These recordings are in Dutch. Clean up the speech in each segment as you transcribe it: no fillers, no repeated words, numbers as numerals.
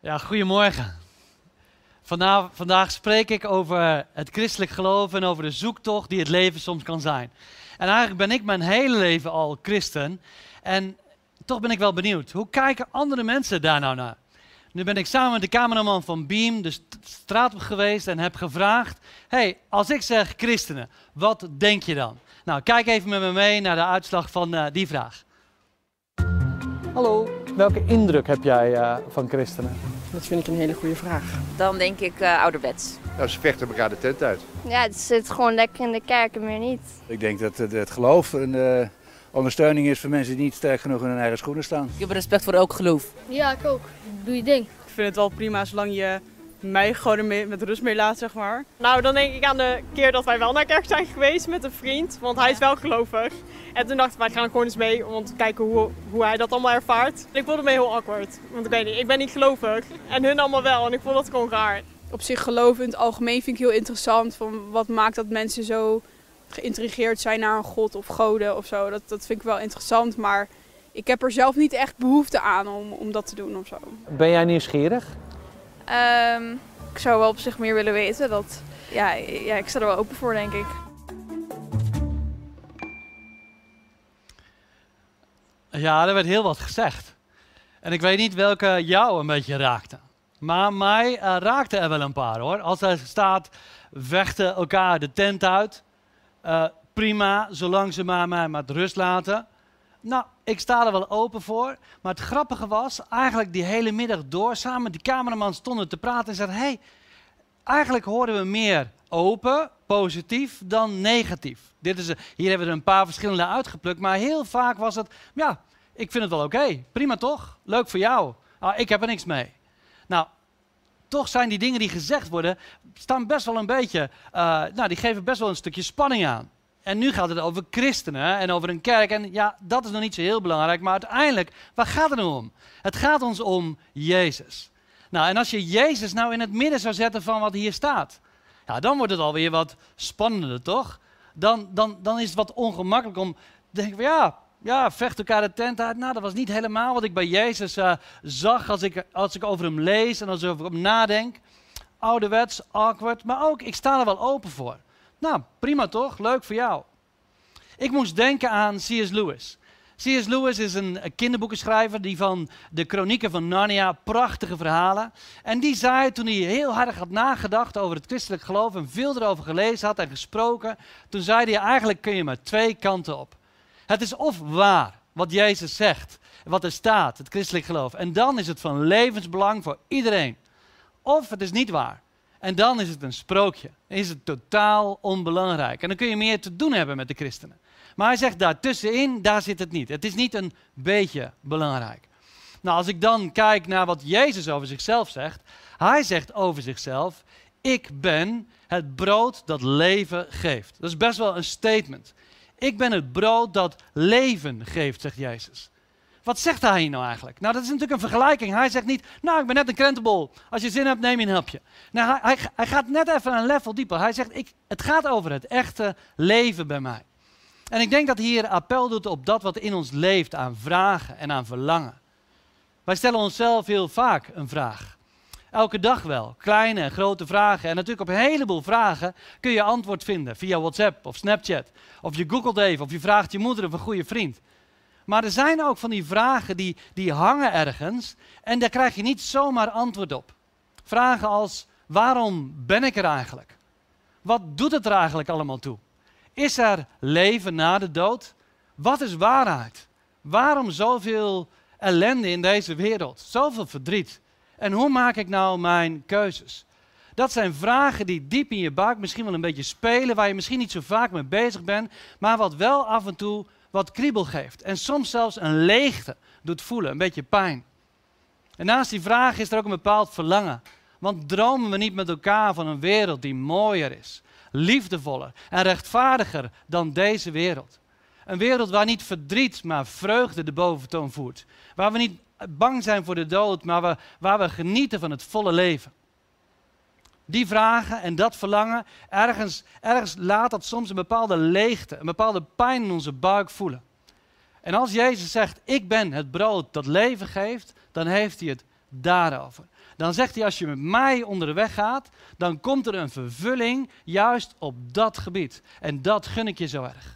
Ja, goedemorgen. Vandaag spreek ik over het christelijk geloof en over de zoektocht die het leven soms kan zijn. En eigenlijk ben ik mijn hele leven al christen en toch ben ik wel benieuwd. Hoe kijken andere mensen daar nou naar? Nu ben ik samen met de cameraman van Beam de straat op geweest en heb gevraagd: hey, als ik zeg christenen, wat denk je dan? Nou, kijk even met me mee naar de uitslag van die vraag. Hallo, welke indruk heb jij van christenen? Dat vind ik een hele goede vraag. Dan denk ik ouderwets. Nou, ze vechten elkaar de tent uit. Ja, het zit gewoon lekker in de kerk en meer niet. Ik denk dat het geloof een ondersteuning is voor mensen die niet sterk genoeg in hun eigen schoenen staan. Ik heb respect voor elk geloof. Ja, ik ook. Doe je ding. Ik vind het wel prima zolang je mij gewoon met rust mee laat, zeg maar. Nou, dan denk ik aan de keer dat wij wel naar kerk zijn geweest met een vriend, want hij is wel gelovig. En toen dachten wij, gaan er gewoon eens mee om te kijken hoe hij dat allemaal ervaart. Ik vond het mee heel awkward, want ik weet niet, ik ben niet gelovig en hun allemaal wel en ik vond dat gewoon raar. Op zich geloof in het algemeen vind ik heel interessant. Van wat maakt dat mensen zo geïntrigeerd zijn naar een god of goden of zo. Dat vind ik wel interessant, maar ik heb er zelf niet echt behoefte aan om dat te doen of zo. Ben jij nieuwsgierig? Ik zou wel op zich meer willen weten. Ja, ik sta er wel open voor, denk ik. Ja, er werd heel wat gezegd. En ik weet niet welke jou een beetje raakte. Maar mij raakte er wel een paar hoor. Als er staat, vechten elkaar de tent uit. Prima, zolang ze mij met rust laten. Nou, ik sta er wel open voor. Maar het grappige was, eigenlijk die hele middag door, samen met die cameraman stonden te praten en zeiden: hey, eigenlijk horen we meer open, positief, dan negatief. Hier hebben we er een paar verschillende uitgeplukt, maar heel vaak was het: ja, ik vind het wel oké. Prima toch? Leuk voor jou. Ik heb er niks mee. Nou, toch zijn die dingen die gezegd worden, staan best wel een beetje, die geven best wel een stukje spanning aan. En nu gaat het over christenen en over een kerk. En ja, dat is nog niet zo heel belangrijk, maar uiteindelijk, waar gaat het nu om? Het gaat ons om Jezus. Nou, en als je Jezus nou in het midden zou zetten van wat hier staat, ja, dan wordt het alweer wat spannender, toch? Dan is het wat ongemakkelijk om te denken van ja, vecht elkaar de tent uit. Nou, dat was niet helemaal wat ik bij Jezus zag als ik over hem lees en als ik over hem nadenk. Ouderwets, awkward, maar ook, ik sta er wel open voor. Nou, prima toch? Leuk voor jou. Ik moest denken aan C.S. Lewis. C.S. Lewis is een kinderboekenschrijver die van de Kronieken van Narnia, prachtige verhalen. En die zei, toen hij heel hard had nagedacht over het christelijk geloof en veel erover gelezen had en gesproken, toen zei hij: eigenlijk kun je maar twee kanten op. Het is of waar, wat Jezus zegt, wat er staat, het christelijk geloof. En dan is het van levensbelang voor iedereen. Of het is niet waar. En dan is het een sprookje. Dan is het totaal onbelangrijk. En dan kun je meer te doen hebben met de christenen. Maar hij zegt daartussenin, daar zit het niet. Het is niet een beetje belangrijk. Nou, als ik dan kijk naar wat Jezus over zichzelf zegt. Hij zegt over zichzelf: ik ben het brood dat leven geeft. Dat is best wel een statement. Ik ben het brood dat leven geeft, zegt Jezus. Wat zegt hij hier nou eigenlijk? Nou, dat is natuurlijk een vergelijking. Hij zegt niet: nou, ik ben net een krentenbol. Als je zin hebt, neem je een hapje. Nou, hij gaat net even een level dieper. Hij zegt: het gaat over het echte leven bij mij. En ik denk dat hij hier appel doet op dat wat in ons leeft aan vragen en aan verlangen. Wij stellen onszelf heel vaak een vraag. Elke dag wel. Kleine en grote vragen. En natuurlijk op een heleboel vragen kun je antwoord vinden. Via WhatsApp of Snapchat. Of je googelt even. Of je vraagt je moeder of een goede vriend. Maar er zijn ook van die vragen die hangen ergens en daar krijg je niet zomaar antwoord op. Vragen als: waarom ben ik er eigenlijk? Wat doet het er eigenlijk allemaal toe? Is er leven na de dood? Wat is waarheid? Waarom zoveel ellende in deze wereld? Zoveel verdriet? En hoe maak ik nou mijn keuzes? Dat zijn vragen die diep in je buik misschien wel een beetje spelen, waar je misschien niet zo vaak mee bezig bent, maar wat wel af en toe wat kriebel geeft. En soms zelfs een leegte doet voelen, een beetje pijn. En naast die vraag is er ook een bepaald verlangen. Want dromen we niet met elkaar van een wereld die mooier is, liefdevoller en rechtvaardiger dan deze wereld? Een wereld waar niet verdriet, maar vreugde de boventoon voert. Waar we niet bang zijn voor de dood, maar waar we genieten van het volle leven. Die vragen en dat verlangen, ergens laat dat soms een bepaalde leegte, een bepaalde pijn in onze buik voelen. En als Jezus zegt: ik ben het brood dat leven geeft, dan heeft hij het daarover. Dan zegt hij, als je met mij onderweg gaat, dan komt er een vervulling juist op dat gebied. En dat gun ik je zo erg.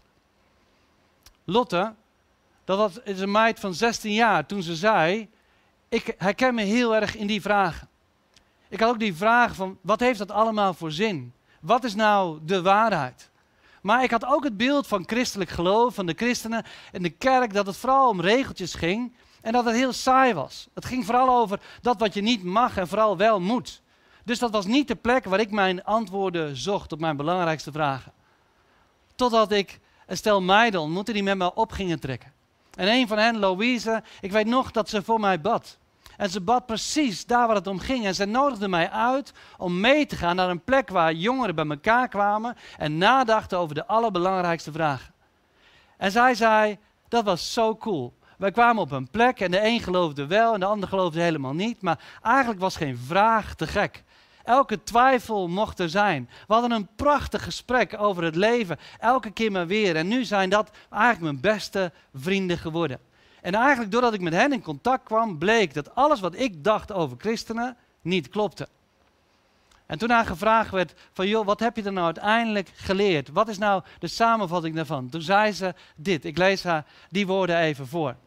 Lotte, dat is een meid van 16 jaar, toen ze zei, ik herken me heel erg in die vragen. Ik had ook die vraag van, wat heeft dat allemaal voor zin? Wat is nou de waarheid? Maar ik had ook het beeld van christelijk geloof, van de christenen en de kerk, dat het vooral om regeltjes ging en dat het heel saai was. Het ging vooral over dat wat je niet mag en vooral wel moet. Dus dat was niet de plek waar ik mijn antwoorden zocht op mijn belangrijkste vragen. Totdat ik een stel meiden ontmoette die met me op gingen trekken. En een van hen, Louise, ik weet nog dat ze voor mij bad. En ze bad precies daar waar het om ging. En ze nodigde mij uit om mee te gaan naar een plek waar jongeren bij elkaar kwamen en nadachten over de allerbelangrijkste vragen. En zij zei, dat was zo cool. Wij kwamen op een plek en de een geloofde wel en de ander geloofde helemaal niet. Maar eigenlijk was geen vraag te gek. Elke twijfel mocht er zijn. We hadden een prachtig gesprek over het leven, elke keer maar weer. En nu zijn dat eigenlijk mijn beste vrienden geworden. En eigenlijk doordat ik met hen in contact kwam, bleek dat alles wat ik dacht over christenen niet klopte. En toen haar gevraagd werd van, joh, wat heb je er nou uiteindelijk geleerd? Wat is nou de samenvatting daarvan? Toen zei ze dit, ik lees haar die woorden even voor.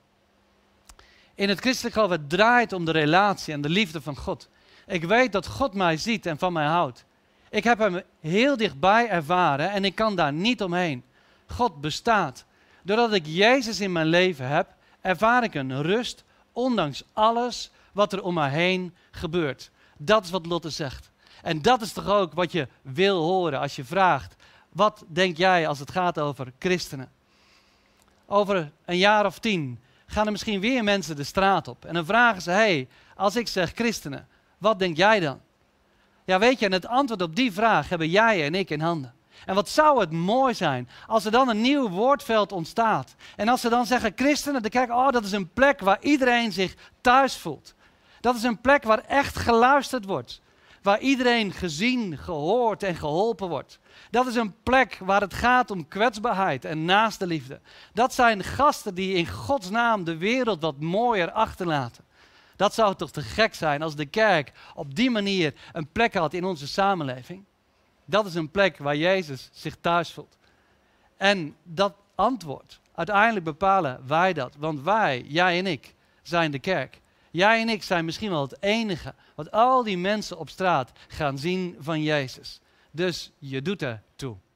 In het christelijk geloof, het draait om de relatie en de liefde van God. Ik weet dat God mij ziet en van mij houdt. Ik heb hem heel dichtbij ervaren en ik kan daar niet omheen. God bestaat. Doordat ik Jezus in mijn leven heb, ervaar ik een rust, ondanks alles wat er om mij heen gebeurt. Dat is wat Lotte zegt. En dat is toch ook wat je wil horen als je vraagt, wat denk jij als het gaat over christenen? Over een jaar of 10 gaan er misschien weer mensen de straat op. En dan vragen ze, hey, als ik zeg christenen, wat denk jij dan? Ja, weet je, en het antwoord op die vraag hebben jij en ik in handen. En wat zou het mooi zijn als er dan een nieuw woordveld ontstaat. En als ze dan zeggen christenen, dan kijken, oh, dat is een plek waar iedereen zich thuis voelt. Dat is een plek waar echt geluisterd wordt. Waar iedereen gezien, gehoord en geholpen wordt. Dat is een plek waar het gaat om kwetsbaarheid en naaste liefde. Dat zijn gasten die in Gods naam de wereld wat mooier achterlaten. Dat zou toch te gek zijn als de kerk op die manier een plek had in onze samenleving. Dat is een plek waar Jezus zich thuis voelt. En dat antwoord, uiteindelijk bepalen wij dat. Want wij, jij en ik, zijn de kerk. Jij en ik zijn misschien wel het enige wat al die mensen op straat gaan zien van Jezus. Dus je doet er toe.